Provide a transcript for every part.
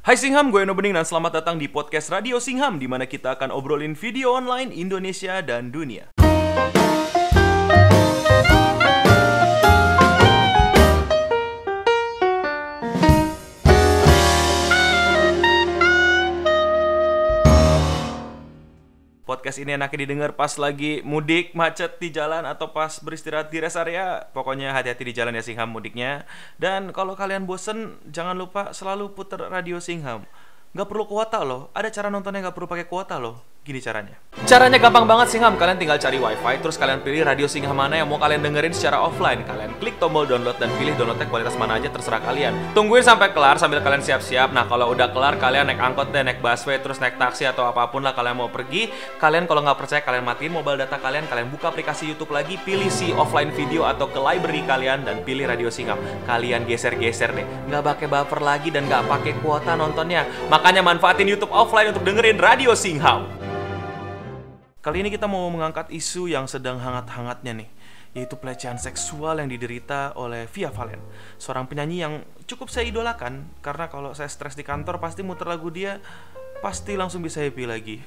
Hai Singham, gue Eno Bening dan selamat datang di podcast Radio Singham, di mana kita akan obrolin video online Indonesia dan dunia. Podcast ini enaknya didengar pas lagi mudik, macet di jalan, atau pas beristirahat di rest area. Pokoknya hati-hati di jalan ya Singham mudiknya. Dan kalau kalian bosen, jangan lupa selalu puter Radio Singham. Gak perlu kuota loh, ada cara nontonnya gak perlu pakai kuota loh. Gini caranya. Caranya gampang banget Singham, kalian tinggal cari wifi, terus kalian pilih radio Singham mana yang mau kalian dengerin secara offline. Kalian klik tombol download dan pilih downloadnya kualitas mana aja, terserah kalian. Tungguin sampai kelar sambil kalian siap-siap. Nah kalau udah kelar, kalian naik angkot deh, naik busway, terus naik taksi atau apapun lah kalian mau pergi. Kalian kalau nggak percaya, kalian matiin mobile data kalian, kalian buka aplikasi YouTube lagi, pilih si offline video atau ke library kalian dan pilih Radio Singham. Kalian geser-geser deh, nggak pakai buffer lagi dan nggak pakai kuota nontonnya. Makanya manfaatin YouTube offline untuk dengerin Radio Singham. Kali ini kita mau mengangkat isu yang sedang hangat-hangatnya nih, yaitu pelecehan seksual yang diderita oleh Via Valen, seorang penyanyi yang cukup saya idolakan, karena kalau saya stres di kantor pasti muter lagu dia, pasti langsung bisa happy lagi.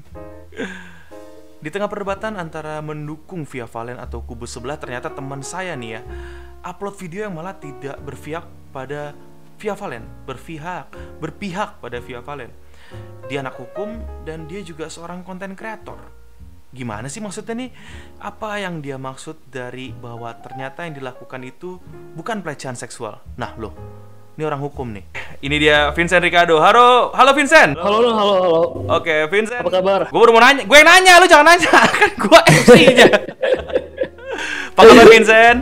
Di tengah perdebatan antara mendukung Via Valen atau kubu sebelah, ternyata teman saya nih ya, upload video yang malah tidak berpihak pada Via Valen, berpihak pada Via Valen. Dia anak hukum dan dia juga seorang konten kreator. Gimana sih maksudnya nih? Apa yang dia maksud dari bahwa ternyata yang dilakukan itu bukan pelecehan seksual? Nah loh, ini orang hukum nih. Ini dia Vincent Ricardo. Halo Vincent. Halo. Oke, Vincent. Apa kabar? Gue baru mau nanya. Gue yang nanya, lu jangan nanya. Kan gue MC-nya. Apa kabar Vincent?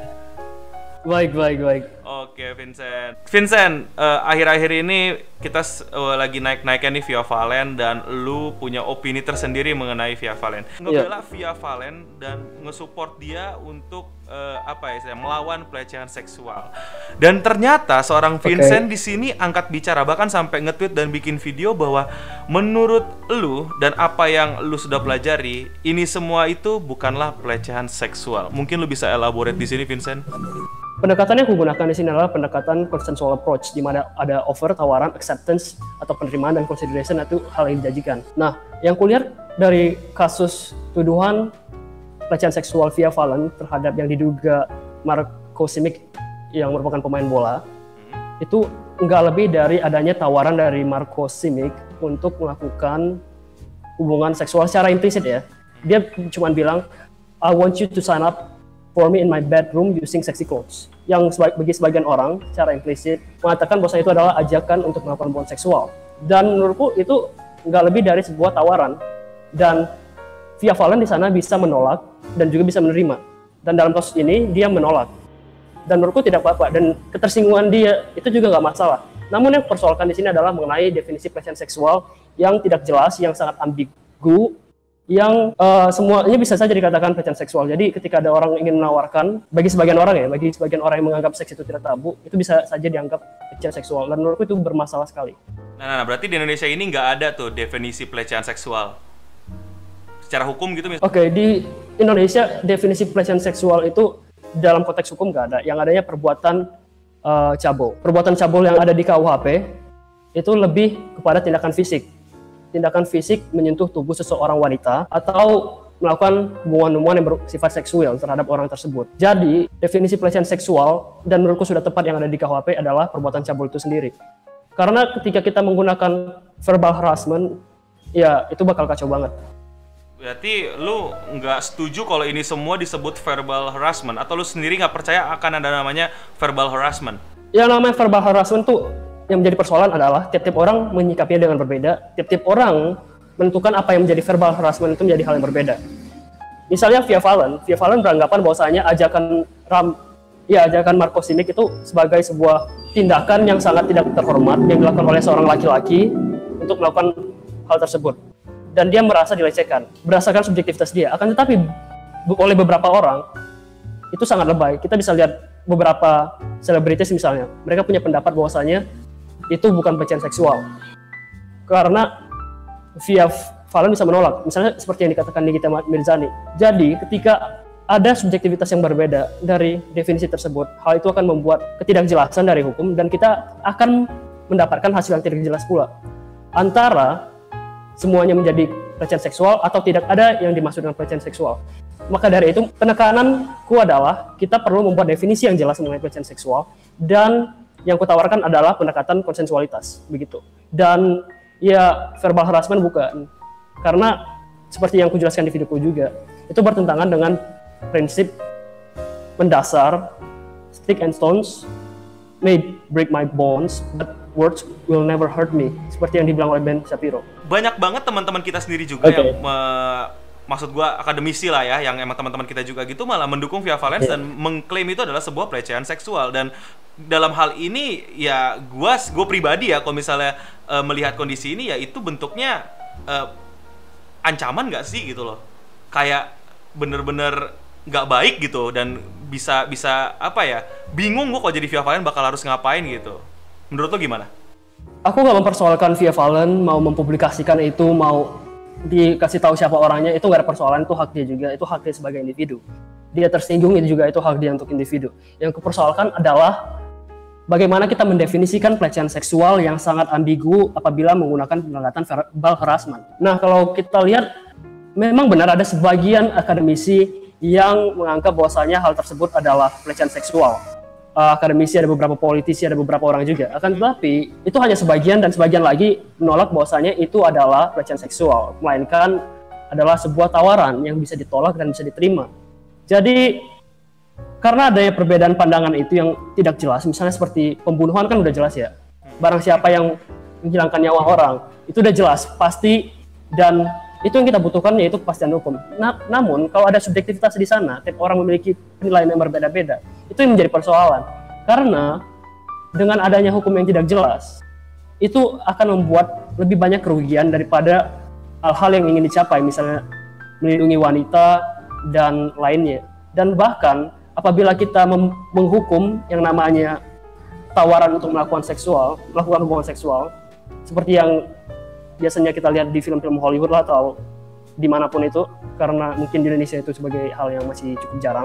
Baik. Oke, Vincent, akhir-akhir ini kita lagi naik-naiknya nih Via Valen, dan lu punya opini tersendiri mengenai Via Valen. Ngebela Via Valen dan nge-support dia untuk melawan pelecehan seksual. Dan ternyata seorang Vincent di sini angkat bicara, bahkan sampai nge-tweet dan bikin video bahwa menurut lu dan apa yang lu sudah pelajari, ini semua itu bukanlah pelecehan seksual. Mungkin lu bisa elaborate di sini, Vincent? Pendekatan yang aku gunakan di sini adalah pendekatan consensual approach, di mana ada offer, tawaran, acceptance, atau penerimaan dan consideration, itu hal yang dijanjikan. Nah, yang kulihat dari kasus tuduhan pelecehan seksual Via Valen terhadap yang diduga Marco Simic yang merupakan pemain bola, itu nggak lebih dari adanya tawaran dari Marco Simic untuk melakukan hubungan seksual secara implisit ya. Dia cuma bilang, I want you to sign up for me in my bedroom using sexy clothes. Yang bagi sebagian orang secara implisit mengatakan bahwa itu adalah ajakan untuk melakukan hubungan seksual. Dan menurutku itu nggak lebih dari sebuah tawaran. Dan Via Valen di sana bisa menolak dan juga bisa menerima. Dan dalam kasus ini dia menolak. Dan menurutku tidak apa-apa. Dan ketersinggungan dia itu juga nggak masalah. Namun yang persoalkan di sini adalah mengenai definisi pelecehan seksual yang tidak jelas, yang sangat ambigu, yang semuanya bisa saja dikatakan pelecehan seksual. Jadi ketika ada orang ingin menawarkan, bagi sebagian orang yang menganggap seks itu tidak tabu, itu bisa saja dianggap pelecehan seksual. Dan menurutku itu bermasalah sekali. Nah, berarti di Indonesia ini nggak ada tuh definisi pelecehan seksual secara hukum gitu misalnya? Oke, di Indonesia definisi pelecehan seksual itu dalam konteks hukum nggak ada. Yang adanya perbuatan cabul. Perbuatan cabul yang ada di KUHP itu lebih kepada tindakan fisik. Tindakan fisik menyentuh tubuh seseorang wanita atau melakukan hubungan-hubungan yang bersifat seksual terhadap orang tersebut. Jadi, definisi pelecehan seksual, dan menurutku sudah tepat yang ada di KUHP, adalah perbuatan cabul itu sendiri. Karena ketika kita menggunakan verbal harassment, ya itu bakal kacau banget. Berarti lu nggak setuju kalau ini semua disebut verbal harassment, atau lu sendiri nggak percaya akan ada namanya verbal harassment? Yang namanya verbal harassment tuh, yang menjadi persoalan adalah tiap-tiap orang menyikapinya dengan berbeda, tiap-tiap orang menentukan apa yang menjadi verbal harassment itu menjadi hal yang berbeda. Misalnya Via Valen beranggapan bahwasanya ajakan Marco Simic itu sebagai sebuah tindakan yang sangat tidak terhormat yang dilakukan oleh seorang laki-laki untuk melakukan hal tersebut. Dan dia merasa dilecehkan berdasarkan subjektivitas dia. Akan tetapi oleh beberapa orang itu sangat lebay. Kita bisa lihat beberapa selebritis misalnya, mereka punya pendapat bahwasanya itu bukan pelecehan seksual. Karena Via Valen bisa menolak, misalnya seperti yang dikatakan Nikita Mirzani. Jadi ketika ada subjektivitas yang berbeda dari definisi tersebut, hal itu akan membuat ketidakjelasan dari hukum, dan kita akan mendapatkan hasil yang tidak jelas pula. Antara semuanya menjadi pelecehan seksual atau tidak ada yang dimaksud dengan pelecehan seksual. Maka dari itu penekananku adalah kita perlu membuat definisi yang jelas mengenai pelecehan seksual, dan yang kutawarkan adalah pendekatan konsensualitas begitu. Dan ya verbal harassment bukan, karena seperti yang kujelaskan di videoku juga, itu bertentangan dengan prinsip mendasar stick and stones may break my bones, but words will never hurt me, seperti yang dibilang oleh Ben Shapiro. Banyak banget teman-teman kita sendiri juga yang maksud gua akademisi lah ya, yang emang teman-teman kita juga gitu malah mendukung via Valens dan mengklaim itu adalah sebuah pelecehan seksual. Dan dalam hal ini ya gua pribadi ya, kalau misalnya melihat kondisi ini ya itu bentuknya ancaman nggak sih gitu loh, kayak bener-bener nggak baik gitu, dan bisa apa ya, bingung gua kalau jadi via Valen bakal harus ngapain gitu. Menurut lo gimana? Aku nggak mempersoalkan via Valen mau mempublikasikan itu, mau dikasih tahu siapa orangnya, itu nggak ada persoalan, itu hak dia juga, itu hak dia sebagai individu. Dia tersinggung itu juga, itu hak dia untuk individu. Yang kupersoalkan adalah bagaimana kita mendefinisikan pelecehan seksual yang sangat ambigu apabila menggunakan pendekatan verbal harassment. Nah, kalau kita lihat, memang benar ada sebagian akademisi yang menganggap bahwasanya hal tersebut adalah pelecehan seksual. Akademisi, ada beberapa politisi, ada beberapa orang juga. Akan tetapi itu hanya sebagian, dan sebagian lagi menolak bahwasanya itu adalah pelecehan seksual, melainkan adalah sebuah tawaran yang bisa ditolak dan bisa diterima. Jadi karena adanya perbedaan pandangan itu yang tidak jelas, misalnya seperti pembunuhan kan udah jelas ya, barang siapa yang menghilangkan nyawa orang itu udah jelas pasti, dan itu yang kita butuhkan yaitu kepastian hukum. Namun kalau ada subjektivitas di sana, tiap orang memiliki penilaian yang berbeda-beda, itu yang menjadi persoalan. Karena dengan adanya hukum yang tidak jelas, itu akan membuat lebih banyak kerugian daripada hal-hal yang ingin dicapai, misalnya melindungi wanita dan lainnya. Dan bahkan apabila kita menghukum yang namanya tawaran untuk melakukan hubungan seksual, seperti yang biasanya kita lihat di film-film Hollywood lah atau dimanapun itu, karena mungkin di Indonesia itu sebagai hal yang masih cukup jarang,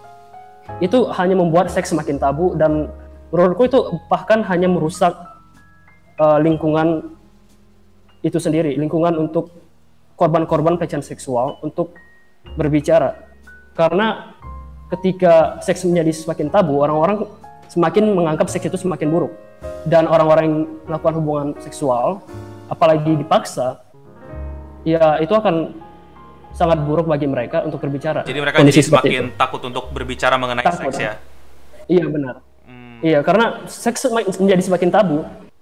itu hanya membuat seks semakin tabu, dan menurutku itu bahkan hanya merusak lingkungan itu sendiri, lingkungan untuk korban-korban pelecehan seksual untuk berbicara. Karena ketika seks menjadi semakin tabu, orang-orang semakin menganggap seks itu semakin buruk, dan orang-orang yang melakukan hubungan seksual apalagi dipaksa, ya itu akan sangat buruk bagi mereka untuk berbicara. Jadi mereka jadi semakin takut untuk berbicara mengenai seks ya? Iya benar. Iya, karena seks menjadi semakin tabu.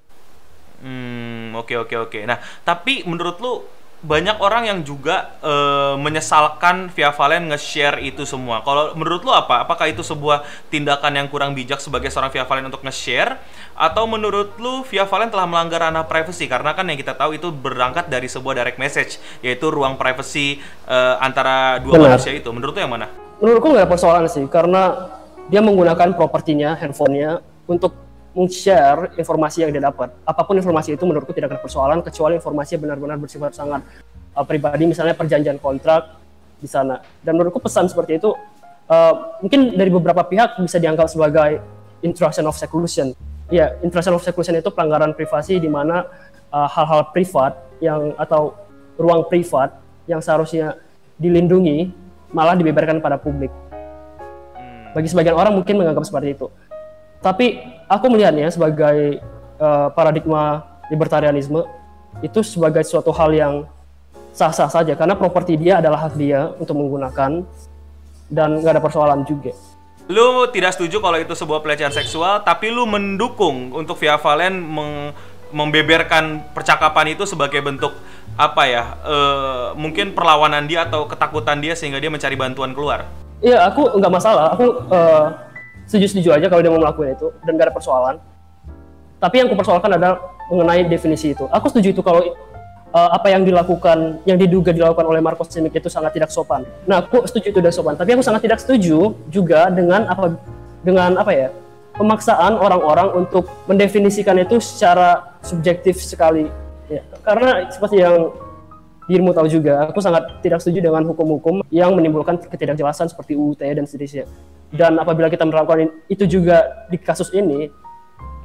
Oke. Nah, tapi menurut lu banyak orang yang juga menyesalkan via Valen nge-share itu semua. Kalau menurut lu apa? Apakah itu sebuah tindakan yang kurang bijak sebagai seorang via Valen untuk nge-share? Atau menurut lu via Valen telah melanggar ranah privacy? Karena kan yang kita tahu itu berangkat dari sebuah direct message, yaitu ruang privacy antara dua manusia itu. Menurut lu yang mana? Menurutku nggak ada persoalan sih, karena dia menggunakan propertinya, handphonenya, untuk share informasi yang dia dapat. Apapun informasi itu menurutku tidak ada persoalan, kecuali informasi yang benar-benar bersifat sangat pribadi, misalnya perjanjian kontrak di sana. Dan menurutku pesan seperti itu mungkin dari beberapa pihak bisa dianggap sebagai intrusion of seclusion. Ya, intrusion of seclusion itu pelanggaran privasi, di mana hal-hal privat atau ruang privat yang seharusnya dilindungi malah dibeberkan pada publik. Bagi sebagian orang mungkin menganggap seperti itu. Tapi aku melihatnya sebagai paradigma libertarianisme itu sebagai suatu hal yang sah-sah saja, karena properti dia adalah hak dia untuk menggunakan, dan nggak ada persoalan juga. Lu tidak setuju kalau itu sebuah pelecehan seksual, tapi lu mendukung untuk via Valen membeberkan percakapan itu sebagai bentuk apa ya? Mungkin perlawanan dia atau ketakutan dia sehingga dia mencari bantuan keluar. Iya, aku nggak masalah. Aku setuju aja kalau dia mau melakukan itu, dan gak ada persoalan. Tapi yang kupersoalkan adalah mengenai definisi itu. Aku setuju itu kalau apa yang diduga dilakukan oleh Marcos Simic itu sangat tidak sopan. Nah, aku setuju itu tidak sopan. Tapi aku sangat tidak setuju juga dengan pemaksaan orang-orang untuk mendefinisikan itu secara subjektif sekali. Ya, karena seperti yang dirimu tahu juga, aku sangat tidak setuju dengan hukum-hukum yang menimbulkan ketidakjelasan seperti UU ITE dan seterusnya. Dan apabila kita melakukan itu juga di kasus ini,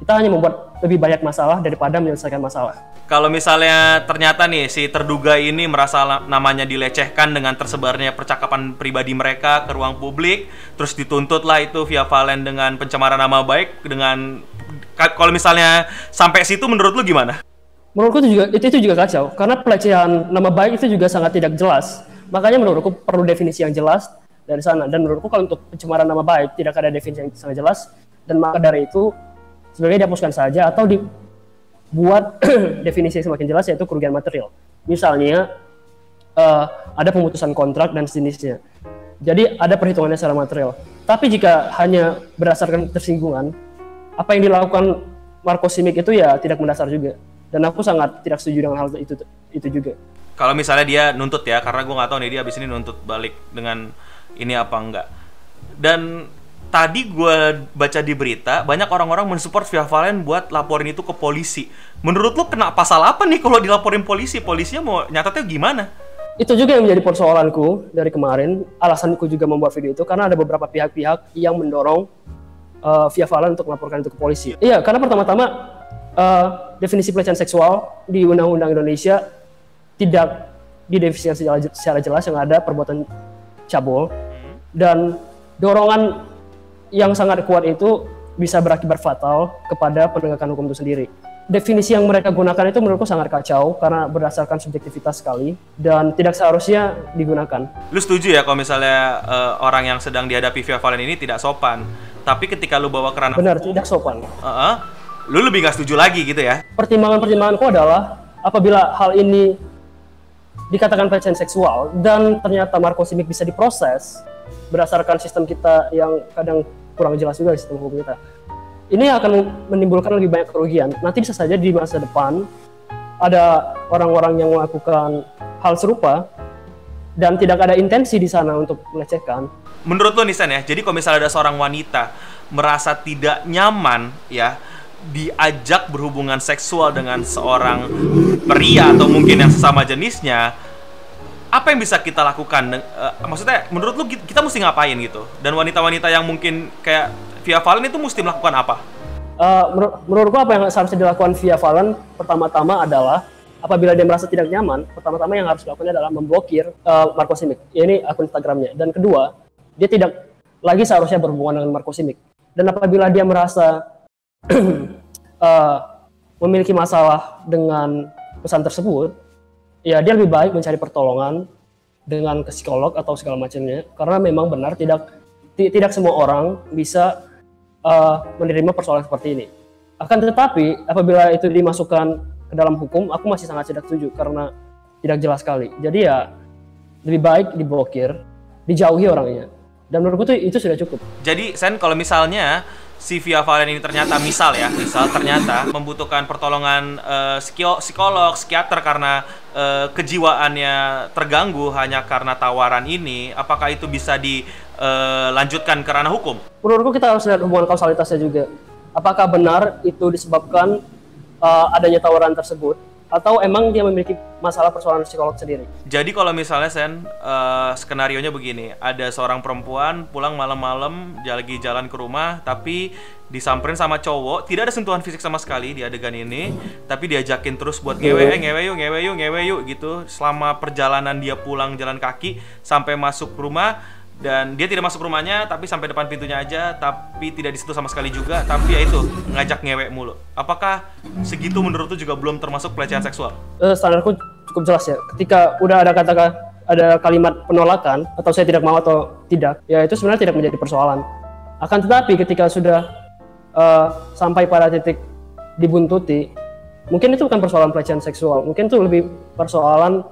kita hanya membuat lebih banyak masalah daripada menyelesaikan masalah. Kalau misalnya ternyata nih si terduga ini merasa namanya dilecehkan dengan tersebarnya percakapan pribadi mereka ke ruang publik, terus dituntut lah itu via Valen dengan pencemaran nama baik, dengan kalau misalnya sampai situ menurut lu gimana? Menurutku itu juga kacau, karena pelecehan nama baik itu juga sangat tidak jelas. Makanya menurutku perlu definisi yang jelas dari sana. Dan menurutku kalau untuk pencemaran nama baik tidak ada definisi yang sangat jelas, dan maka dari itu sebenarnya dihapuskan saja atau dibuat definisi yang semakin jelas, yaitu kerugian material. Misalnya ada pemutusan kontrak dan sejenisnya. Jadi ada perhitungannya secara material. Tapi jika hanya berdasarkan tersinggungan, apa yang dilakukan Marco Simic itu ya tidak mendasar juga. Dan aku sangat tidak setuju dengan hal itu juga. Kalau misalnya dia nuntut ya, karena gue nggak tahu nih dia abis ini nuntut balik dengan ini apa enggak. Dan tadi gue baca di berita, banyak orang-orang mensupport Via Valen buat laporin itu ke polisi. Menurut lu kena pasal apa nih kalau dilaporin polisi? Polisinya mau nyatetnya gimana? Itu juga yang menjadi persoalanku dari kemarin. Alasanku juga membuat video itu karena ada beberapa pihak-pihak yang mendorong Via Valen untuk melaporkan itu ke polisi. Iya, karena pertama-tama definisi pelecehan seksual di Undang-Undang Indonesia tidak didefinisikan secara jelas, yang ada perbuatan cabul. Dan dorongan yang sangat kuat itu bisa berakibat fatal kepada penegakan hukum itu sendiri. Definisi yang mereka gunakan itu menurutku sangat kacau karena berdasarkan subjektivitas sekali dan tidak seharusnya digunakan. Lu setuju ya kalau misalnya orang yang sedang dihadapi Via Valen ini tidak sopan, tapi ketika lu bawa ke ranah benar, tidak sopan. Lu lebih gak setuju lagi gitu ya? Pertimbanganku adalah apabila hal ini dikatakan pelecehan seksual dan ternyata Marco Simic bisa diproses berdasarkan sistem kita yang kadang kurang jelas juga sistem hukum kita, ini akan menimbulkan lebih banyak kerugian. Nanti bisa saja di masa depan ada orang-orang yang melakukan hal serupa dan tidak ada intensi di sana untuk melecehkan. Menurut lo Nisan ya, jadi kalau misalnya ada seorang wanita merasa tidak nyaman ya diajak berhubungan seksual dengan seorang pria atau mungkin yang sesama jenisnya, apa yang bisa kita lakukan? Maksudnya menurut lu kita mesti ngapain gitu? Dan wanita-wanita yang mungkin kayak Via Valen itu mesti melakukan apa? Menurutku apa yang seharusnya dilakukan Via Valen pertama-tama adalah apabila dia merasa tidak nyaman, pertama-tama yang harus dilakukan adalah memblokir Marco Simic. Ini akun Instagramnya. Dan kedua, dia tidak lagi seharusnya berhubungan dengan Marco Simic. Dan apabila dia merasa memiliki masalah dengan pesan tersebut, ya dia lebih baik mencari pertolongan dengan ke psikolog atau segala macamnya, karena memang benar tidak semua orang bisa menerima persoalan seperti ini. Akan tetapi apabila itu dimasukkan ke dalam hukum, aku masih sangat tidak setuju karena tidak jelas sekali. Jadi ya lebih baik diblokir, dijauhi orangnya. Dan menurutku itu sudah cukup. Jadi Sen, kalau misalnya si Via Valen ini ternyata misal ternyata membutuhkan pertolongan psikolog, psikiater karena kejiwaannya terganggu hanya karena tawaran ini, apakah itu bisa dilanjutkan ke ranah hukum? Menurutku kita harus lihat hubungan kausalitasnya juga. Apakah benar itu disebabkan adanya tawaran tersebut, atau emang dia memiliki masalah persoalan psikolog sendiri? Jadi kalau misalnya Sen, skenarionya begini, ada seorang perempuan pulang malam-malam lagi jalan ke rumah, tapi disamperin sama cowok, tidak ada sentuhan fisik sama sekali di adegan ini, tapi diajakin terus buat ngewe yuk gitu, selama perjalanan dia pulang jalan kaki sampai masuk rumah. Dan dia tidak masuk rumahnya, tapi sampai depan pintunya aja, tapi tidak disitu sama sekali juga, tapi ya itu, ngajak ngewek mulu. Apakah segitu menurut lu juga belum termasuk pelecehan seksual? Standarku cukup jelas ya. Ketika udah ada kalimat penolakan, atau saya tidak mau atau tidak, ya itu sebenarnya tidak menjadi persoalan. Akan tetapi ketika sudah sampai pada titik dibuntuti, mungkin itu bukan persoalan pelecehan seksual, mungkin itu lebih persoalan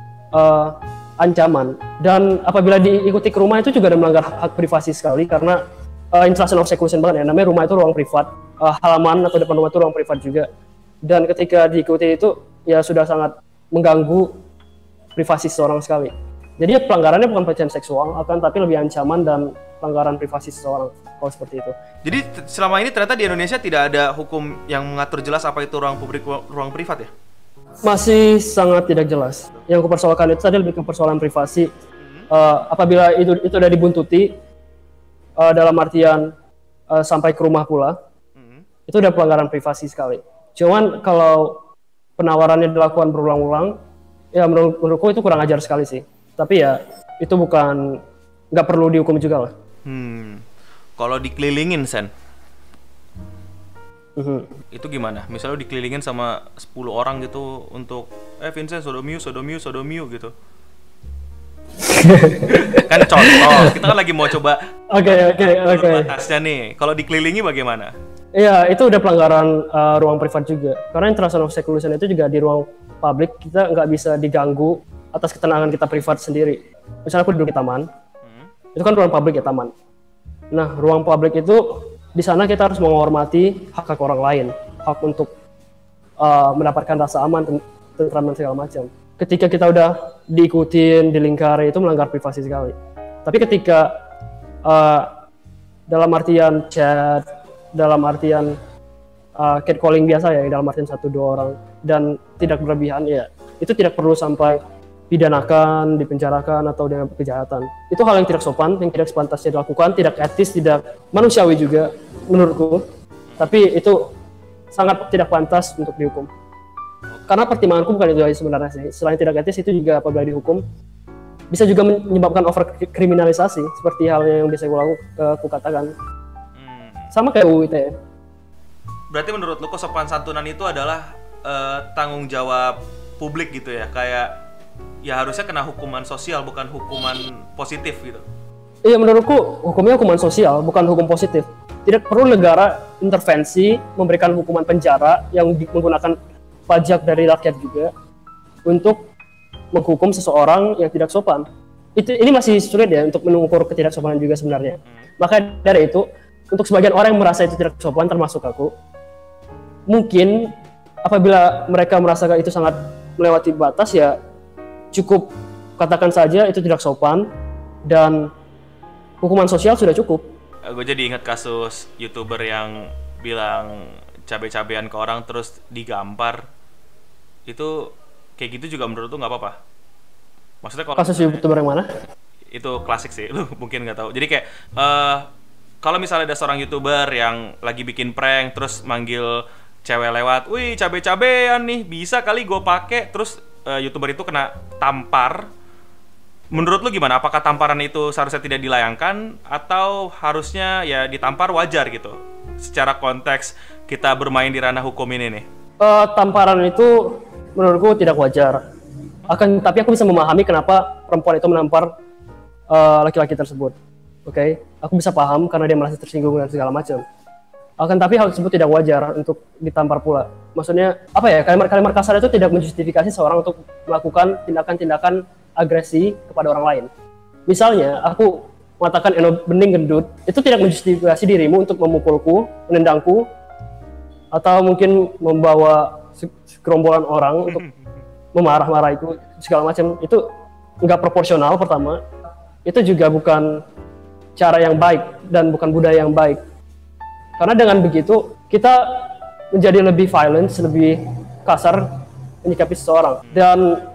ancaman. Dan apabila diikuti ke rumah itu juga ada melanggar hak privasi sekali, karena intrusion of seclusion banget ya, namanya rumah itu ruang privat, halaman atau depan rumah itu ruang privat juga, dan ketika diikuti itu ya sudah sangat mengganggu privasi seseorang sekali. Jadi pelanggarannya bukan pelecehan seksual, akan tapi lebih ancaman dan pelanggaran privasi seseorang kalau seperti itu. Jadi selama ini ternyata di Indonesia tidak ada hukum yang mengatur jelas apa itu ruang publik, ruang privat ya? Masih sangat tidak jelas. Yang kupersoalkan itu tadi lebih ke persoalan privasi. Apabila itu sudah dibuntuti dalam artian sampai ke rumah pula, itu udah pelanggaran privasi sekali. Cuman kalau penawarannya dilakukan berulang-ulang, ya menurutku itu kurang ajar sekali sih. Tapi ya itu nggak perlu dihukum juga lah. Kalau dikelilingin, Sen, itu gimana? Misalnya dikelilingin sama 10 orang gitu untuk Vincent sodomiu gitu. Kan contoh, kita kan lagi mau coba Oke. batasnya nih. Kalau dikelilingi bagaimana? Iya, itu udah pelanggaran ruang privat juga. Karena intrusion of seclusion itu juga di ruang publik, kita nggak bisa diganggu atas ketenangan kita privat sendiri. Misalnya aku duduk di taman, itu kan ruang publik ya, taman. Nah, ruang publik itu di sana kita harus menghormati hak orang lain, hak untuk mendapatkan rasa aman, tentram dan segala macam. Ketika kita udah diikutin, dilingkari, itu melanggar privasi sekali. Tapi ketika dalam artian chat, dalam artian catcalling biasa ya, dalam artian 1-2 orang, dan tidak berlebihan, ya itu tidak perlu sampai pidanakan, dipenjarakan, atau dengan kejahatan. Itu hal yang tidak sopan, yang tidak sepantasnya dilakukan, tidak etis, tidak manusiawi juga menurutku. Tapi itu sangat tidak pantas untuk dihukum. Karena pertimbanganku bukan itu aja sebenarnya sih. Selain tidak etis, itu juga apabila dihukum bisa juga menyebabkan overkriminalisasi, seperti halnya yang biasa aku katakan. Sama kayak UU ITE. Berarti menurut lu kesopanan santunan itu adalah tanggung jawab publik gitu ya? Kayak ya harusnya kena hukuman sosial, bukan hukuman positif gitu. Iya, menurutku hukumnya hukuman sosial, bukan hukum positif. Tidak perlu negara intervensi memberikan hukuman penjara yang menggunakan pajak dari rakyat juga untuk menghukum seseorang yang tidak sopan. Ini masih sulit ya untuk mengukur ketidaksopanan juga sebenarnya. Maka dari itu, untuk sebagian orang yang merasa itu tidak sopan, termasuk aku, mungkin apabila mereka merasakan itu sangat melewati batas, ya cukup katakan saja itu tidak sopan dan hukuman sosial sudah cukup. Gue jadi ingat kasus YouTuber yang bilang cabe-cabean ke orang terus digampar. Itu kayak gitu juga menurut lu nggak apa-apa? Maksudnya kalau kasus YouTuber yang mana? Itu klasik sih, lu mungkin nggak tahu. Jadi kayak kalau misalnya ada seorang YouTuber yang lagi bikin prank terus manggil cewek lewat, wih cabe-cabean nih, bisa kali gue pakai, terus YouTuber itu kena tampar. Menurut lu gimana? Apakah tamparan itu seharusnya tidak dilayangkan atau harusnya ya ditampar wajar gitu? Secara konteks kita bermain di ranah hukum ini nih. Tamparan itu menurutku tidak wajar. Tapi aku bisa memahami kenapa perempuan itu menampar laki-laki tersebut. Oke, aku bisa paham karena dia merasa tersinggung dan segala macam. Tapi hal tersebut tidak wajar untuk ditampar pula. Maksudnya apa ya? Kalimat-kalimat kasar itu tidak menjustifikasi seorang untuk melakukan tindakan-tindakan agresi kepada orang lain. Misalnya, aku mengatakan Eno bening gendut, itu tidak menjustifikasi dirimu untuk memukulku, menendangku, atau mungkin membawa segerombolan orang untuk memarah-marah itu segala macam. Itu nggak proporsional pertama. Itu juga bukan cara yang baik dan bukan budaya yang baik. Karena dengan begitu kita menjadi lebih violence, lebih kasar menyikapi seseorang, dan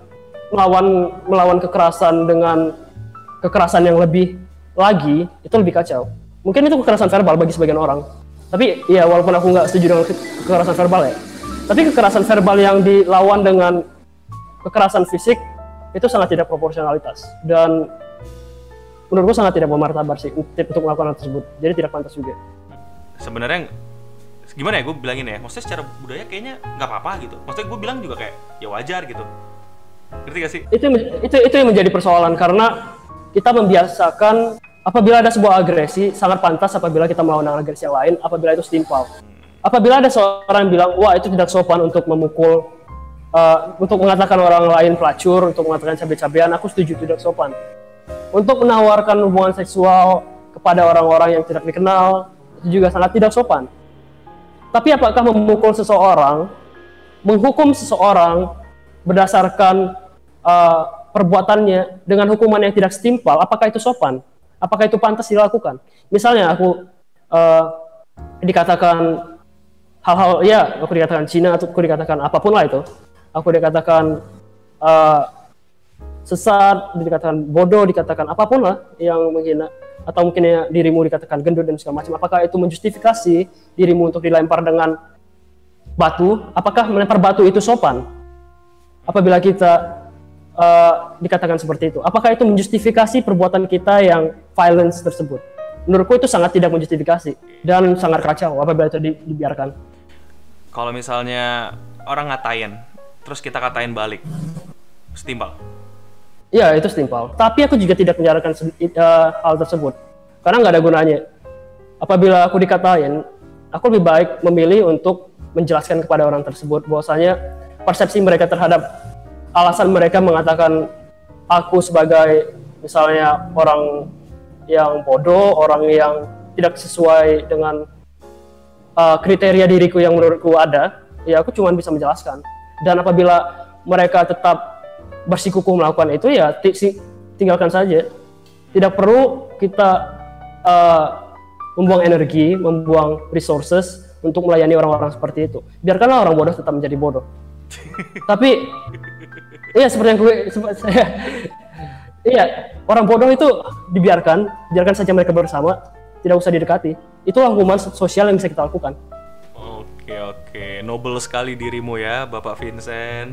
melawan kekerasan dengan kekerasan yang lebih lagi itu lebih kacau. Mungkin itu kekerasan verbal bagi sebagian orang, tapi ya walaupun aku nggak setuju dengan kekerasan verbal ya, tapi kekerasan verbal yang dilawan dengan kekerasan fisik itu sangat tidak proporsionalitas, dan menurutku sangat tidak bermartabat sih untuk melakukan hal tersebut. Jadi tidak pantas juga. Sebenarnya gimana ya gue bilangin ya, maksudnya secara budaya kayaknya nggak apa-apa gitu. Maksudnya gue bilang juga kayak ya wajar gitu. Ngerti gak sih? Itu yang menjadi persoalan, karena kita membiasakan apabila ada sebuah agresi sangat pantas apabila kita melawan agresi yang lain, apabila itu setimpal. Apabila ada seorang yang bilang wah itu tidak sopan untuk memukul, untuk mengatakan orang lain pelacur, untuk mengatakan cabe-cabean, aku setuju tidak sopan. Untuk menawarkan hubungan seksual kepada orang-orang yang tidak dikenal itu juga sangat tidak sopan. Tapi apakah memukul seseorang, menghukum seseorang berdasarkan perbuatannya dengan hukuman yang tidak setimpal, apakah itu sopan? Apakah itu pantas dilakukan? Misalnya aku dikatakan hal-hal, ya aku dikatakan Cina, atau aku dikatakan apapun lah itu, aku dikatakan sesat, dikatakan bodoh, dikatakan apapun lah yang menghina, atau mungkin dirimu dikatakan gendut dan segala macam, apakah itu menjustifikasi dirimu untuk dilempar dengan batu? Apakah melempar batu itu sopan? Apabila kita dikatakan seperti itu, apakah itu menjustifikasi perbuatan kita yang violence tersebut? Menurutku itu sangat tidak menjustifikasi dan sangat kacau apabila itu dibiarkan. Kalau misalnya orang ngatain, terus kita katain balik, setimpal. Iya, itu setimpal. Tapi aku juga tidak menyarankan hal tersebut, karena nggak ada gunanya. Apabila aku dikatain, aku lebih baik memilih untuk menjelaskan kepada orang tersebut bahwasanya persepsi mereka terhadap alasan mereka mengatakan aku sebagai misalnya orang yang bodoh, orang yang tidak sesuai dengan kriteria diriku yang menurutku ada, ya aku cuma bisa menjelaskan. Dan apabila mereka tetap bersikukuh melakukan itu, ya tinggalkan saja. Tidak perlu kita membuang energi, membuang resources untuk melayani orang-orang seperti itu. Biarkanlah orang bodoh tetap menjadi bodoh. Tapi iya, seperti yang iya, orang bodoh itu biarkan saja mereka bersama, tidak usah didekati. Itulah hukuman sosial yang bisa kita lakukan. Oke, nobel sekali dirimu ya, Bapak Vincent.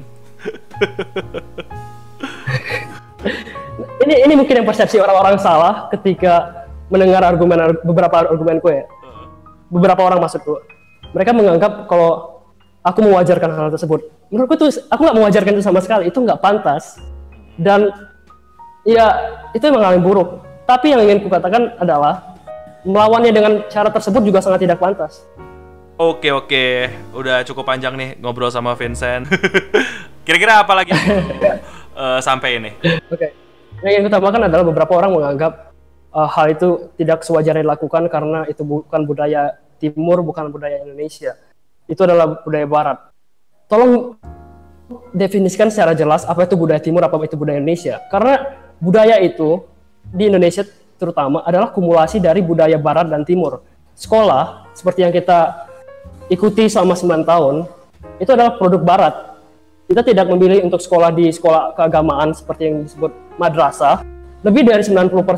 ini mungkin yang persepsi orang-orang salah ketika mendengar beberapa argumenku ya. Beberapa orang maksudku, mereka menganggap kalau aku mewajarkan hal tersebut. Menurutku tuh aku nggak mewajarkan itu sama sekali, itu nggak pantas. Dan ya itu memang hal yang buruk. Tapi yang ingin kukatakan adalah melawannya dengan cara tersebut juga sangat tidak pantas. Oke, udah cukup panjang nih ngobrol sama Vincent. Kira-kira apa lagi sampai ini? Oke. Yang ingin kutambahkan adalah beberapa orang menganggap hal itu tidak sewajarnya dilakukan karena itu bukan budaya Timur, bukan budaya Indonesia. Itu adalah budaya Barat. Tolong definisikan secara jelas apa itu budaya Timur, apa itu budaya Indonesia. Karena budaya itu di Indonesia terutama adalah kumulasi dari budaya Barat dan Timur. Sekolah, seperti yang kita ikuti selama 9 tahun, itu adalah produk Barat. Kita tidak memilih untuk sekolah di sekolah keagamaan seperti yang disebut madrasah. Lebih dari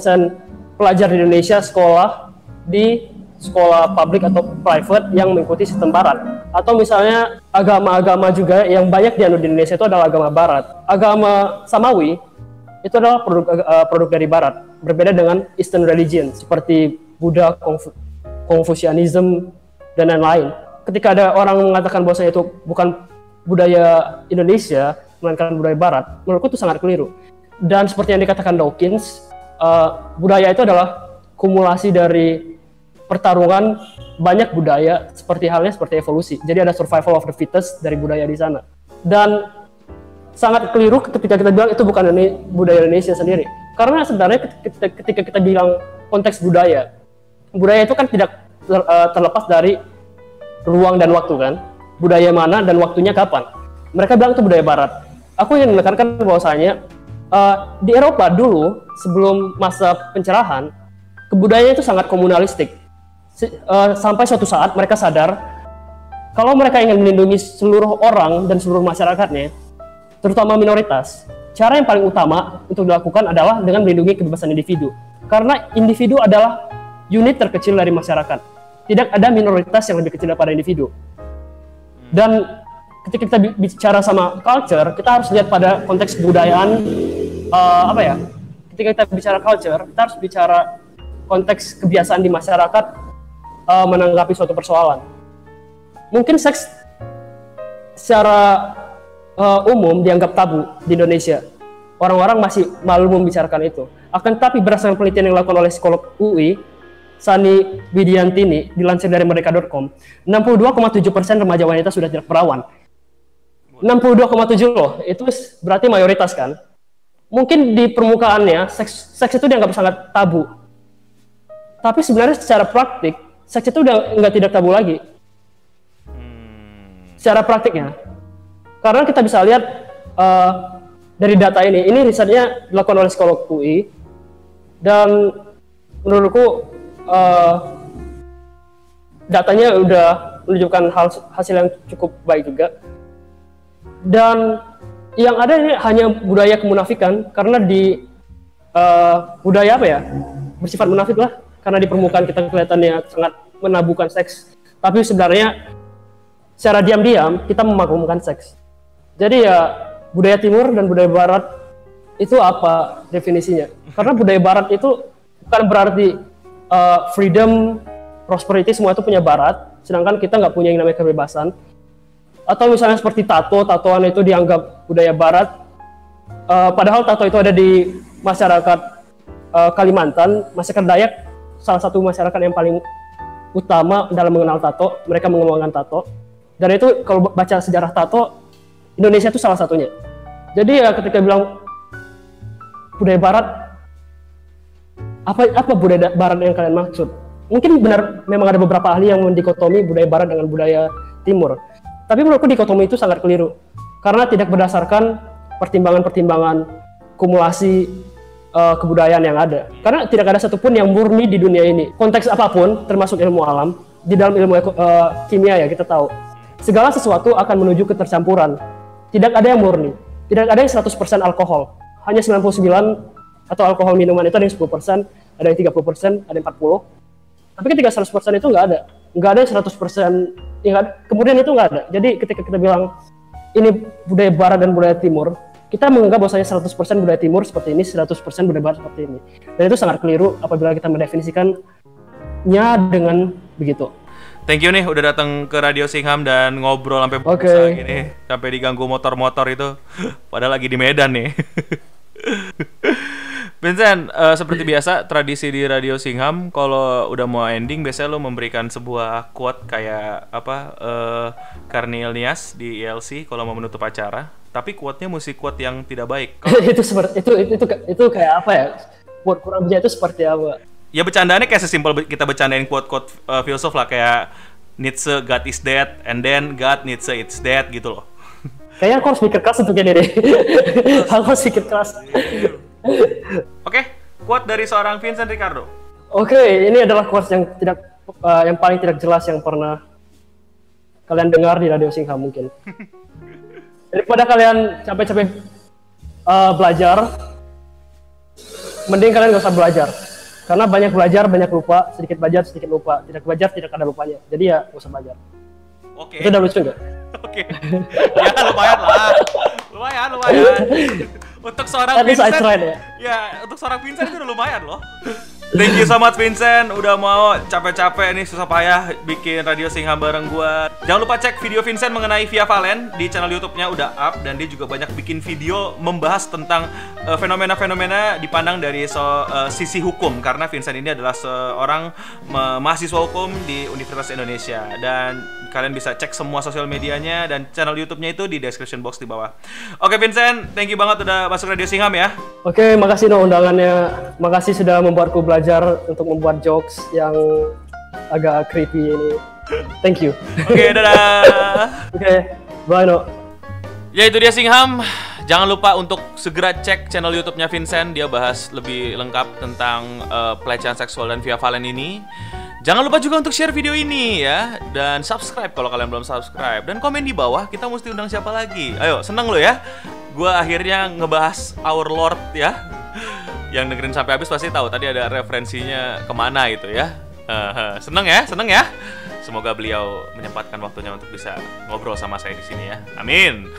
90% pelajar di Indonesia sekolah di sekolah publik atau private yang mengikuti sistem Barat. Atau misalnya agama-agama juga yang banyak dianut di Indonesia itu adalah agama Barat. Agama Samawi itu adalah produk dari Barat, berbeda dengan Eastern religion seperti Buddha, Confucianism, dan lain-lain. Ketika ada orang mengatakan bahwa itu bukan budaya Indonesia, melainkan budaya Barat, menurutku itu sangat keliru. Dan seperti yang dikatakan Dawkins, budaya itu adalah kumulasi dari pertarungan banyak budaya, seperti evolusi. Jadi ada survival of the fittest dari budaya di sana. Dan sangat keliru ketika kita bilang itu bukan budaya Indonesia sendiri. Karena sebenarnya ketika kita bilang konteks budaya itu kan tidak terlepas dari ruang dan waktu kan. Budaya mana dan waktunya kapan. Mereka bilang itu budaya Barat. Aku ingin menekankan bahwasanya di Eropa dulu, sebelum masa pencerahan, kebudayaan itu sangat komunalistik. Sampai suatu saat mereka sadar kalau mereka ingin melindungi seluruh orang dan seluruh masyarakatnya, terutama minoritas, cara yang paling utama untuk dilakukan adalah dengan melindungi kebebasan individu. Karena individu adalah unit terkecil dari masyarakat. Tidak ada minoritas yang lebih kecil daripada individu. Dan ketika kita bicara sama culture, kita harus lihat pada konteks kebudayaan. Ketika kita bicara culture, kita harus bicara konteks kebiasaan di masyarakat menanggapi suatu persoalan. Mungkin seks secara umum dianggap tabu di Indonesia. Orang-orang masih malu membicarakan itu. Akan tetapi berdasarkan penelitian yang dilakukan oleh psikolog UI, Sani Widiantini, dilansir dari merdeka.com, 62,7% remaja wanita sudah tidak perawan. 62,7 loh, itu berarti mayoritas kan. Mungkin di permukaannya, seks itu dianggap sangat tabu. Tapi sebenarnya secara praktik, seks itu udah tidak tabu lagi. Secara praktiknya. Karena kita bisa lihat dari data ini risetnya dilakukan oleh psikolog UI, dan menurutku datanya udah menunjukkan hasil yang cukup baik juga. Dan yang ada ini hanya budaya kemunafikan, karena di budaya bersifat munafik lah, karena di permukaan kita kelihatannya sangat menabuhkan seks, tapi sebenarnya secara diam-diam kita memaklumkan seks. Jadi ya budaya timur dan budaya barat itu apa definisinya? Karena budaya barat itu bukan berarti freedom, prosperity semua itu punya barat, sedangkan kita nggak punya yang namanya kebebasan. Atau misalnya seperti tatoan itu dianggap budaya barat, padahal tato itu ada di masyarakat Kalimantan, masyarakat Dayak, salah satu masyarakat yang paling utama dalam mengenal tato, mereka mengembangkan tato. Dan itu kalau baca sejarah tato, Indonesia itu salah satunya. Jadi ya ketika bilang budaya barat, apa budaya barat yang kalian maksud? Mungkin benar memang ada beberapa ahli yang mendikotomi budaya barat dengan budaya timur. Tapi menurutku dikotomi itu sangat keliru. Karena tidak berdasarkan pertimbangan-pertimbangan kumulasi kebudayaan yang ada. Karena tidak ada satupun yang murni di dunia ini. Konteks apapun, termasuk ilmu alam, di dalam ilmu kimia ya kita tahu. Segala sesuatu akan menuju ketercampuran. Tidak ada yang murni. Tidak ada yang 100% alkohol. Hanya 99 atau alkohol minuman itu ada yang 10%, ada yang 30%, ada yang 40%. Tapi ketika 100% itu nggak ada. Nggak ada yang 100%, kemudian itu nggak ada. Jadi ketika kita bilang ini budaya barat dan budaya timur, kita menganggap bahwasanya 100% budaya timur seperti ini, 100% budaya barat seperti ini. Dan itu sangat keliru apabila kita mendefinisikannya dengan begitu. Thank you nih udah datang ke Radio Singham dan ngobrol sampai gini, sampai diganggu motor-motor itu. Padahal lagi di Medan nih. Vincent, seperti biasa tradisi di Radio Singham kalau udah mau ending biasanya lo memberikan sebuah quote kayak Karnil Nias di ELC kalau mau menutup acara. Tapi quote-nya mesti quote yang tidak baik. itu kayak apa ya? Quote kurang bijak itu seperti apa? Ya bercandaannya kayak sesimpel kita bercandain quote-quote filsuf lah kayak Nietzsche, God is dead, and then God Nietzsche it's dead gitu loh. Kayaknya aku harus mikir keras untuk ini deh. Aku harus mikir keras. Oke, quote dari seorang Vincent Ricardo. Oke, ini adalah quote yang paling tidak jelas yang pernah kalian dengar di Radio Singham mungkin. Daripada kalian capek-capek belajar, mending kalian gak usah belajar. Karena banyak belajar, banyak lupa, sedikit belajar, sedikit lupa. Tidak belajar, tidak ada lupanya. Jadi ya gak usah belajar. Oke. Itu udah lucu nggak? Oke. Ya lumayan lah. Lumayan. Untuk seorang Vincent, ya untuk seorang Vincent itu udah lumayan loh. Thank you so much Vincent, udah mau capek-capek nih susah payah bikin Radio Singham bareng gua. Jangan lupa cek video Vincent mengenai Via Valen di channel YouTube-nya udah up, dan dia juga banyak bikin video membahas tentang fenomena-fenomena dipandang dari sisi hukum, karena Vincent ini adalah seorang mahasiswa hukum di Universitas Indonesia. Dan kalian bisa cek semua sosial medianya dan channel YouTube-nya itu di description box di bawah. Oke Vincent, thank you banget udah masuk Radio Singham ya. Oke, makasih no undangannya. Makasih sudah membuatku belajar untuk membuat jokes yang agak creepy ini. Thank you. Oke, dadah. Oke, bye no. Ya itu dia Singham. Jangan lupa untuk segera cek channel YouTube-nya Vincent. Dia bahas lebih lengkap tentang pelecehan seksual dan Via Valen ini. Jangan lupa juga untuk share video ini ya. Dan subscribe kalau kalian belum subscribe. Dan komen di bawah kita mesti undang siapa lagi. Ayo, seneng lo ya. Gua akhirnya ngebahas Our Lord ya. Yang dengerin sampai habis pasti tahu tadi ada referensinya kemana itu ya. Seneng ya. Semoga beliau menyempatkan waktunya untuk bisa ngobrol sama saya di sini ya. Amin.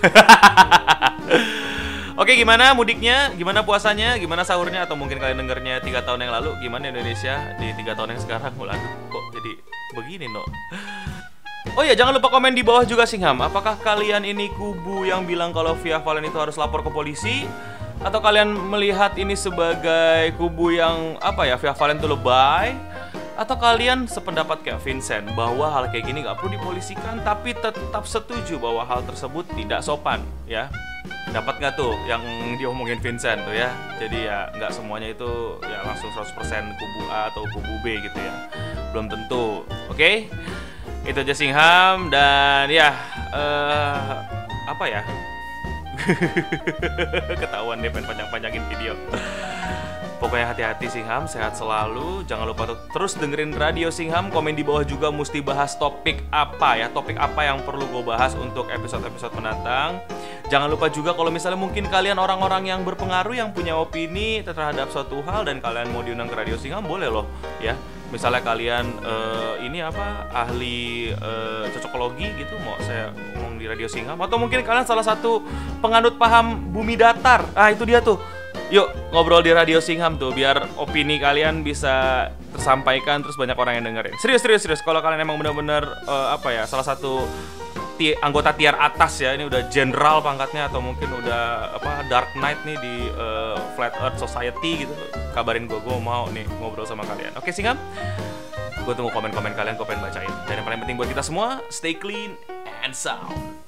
Oke, gimana mudiknya? Gimana puasanya? Gimana sahurnya? Atau mungkin kalian dengernya 3 tahun yang lalu? Gimana Indonesia di 3 tahun yang sekarang? Kok jadi begini no? Oh ya, jangan lupa komen di bawah juga Singham. Apakah kalian ini kubu yang bilang kalau Via Valen itu harus lapor ke polisi? Atau kalian melihat ini sebagai kubu yang Via Valen itu lebay? Atau kalian sependapat kayak Vincent bahwa hal kayak gini gak perlu dipolisikan tapi tetap setuju bahwa hal tersebut tidak sopan ya? Dapat gak tuh yang diomongin Vincent tuh ya? Jadi ya gak semuanya itu ya langsung 100% kubu A atau kubu B gitu ya. Belum tentu. Oke? Itu aja Singham dan ya ketahuan deh pengen panjang-panjangin video. Pokoknya hati-hati Singham, sehat selalu. Jangan lupa terus dengerin Radio Singham. Komen di bawah juga mesti bahas topik apa ya, topik apa yang perlu gue bahas untuk episode-episode mendatang. Jangan lupa juga kalau misalnya mungkin kalian orang-orang yang berpengaruh yang punya opini terhadap suatu hal dan kalian mau diundang ke Radio Singham, boleh loh ya. Misalnya kalian ini apa ahli cocokologi gitu, mau saya ngomong di Radio Singham, atau mungkin kalian salah satu penganut paham bumi datar. Ah, itu dia tuh. Yuk ngobrol di Radio Singham tuh, biar opini kalian bisa tersampaikan terus banyak orang yang dengerin. Serius. Kalau kalian emang benar-benar apa ya, salah satu anggota tier atas ya, ini udah general pangkatnya atau mungkin udah apa Dark Knight nih di Flat Earth Society gitu, kabarin gue mau nih ngobrol sama kalian. Oke Singham, gue tunggu komen-komen kalian, gue pengen bacain. Dan yang paling penting buat kita semua, stay clean and sound.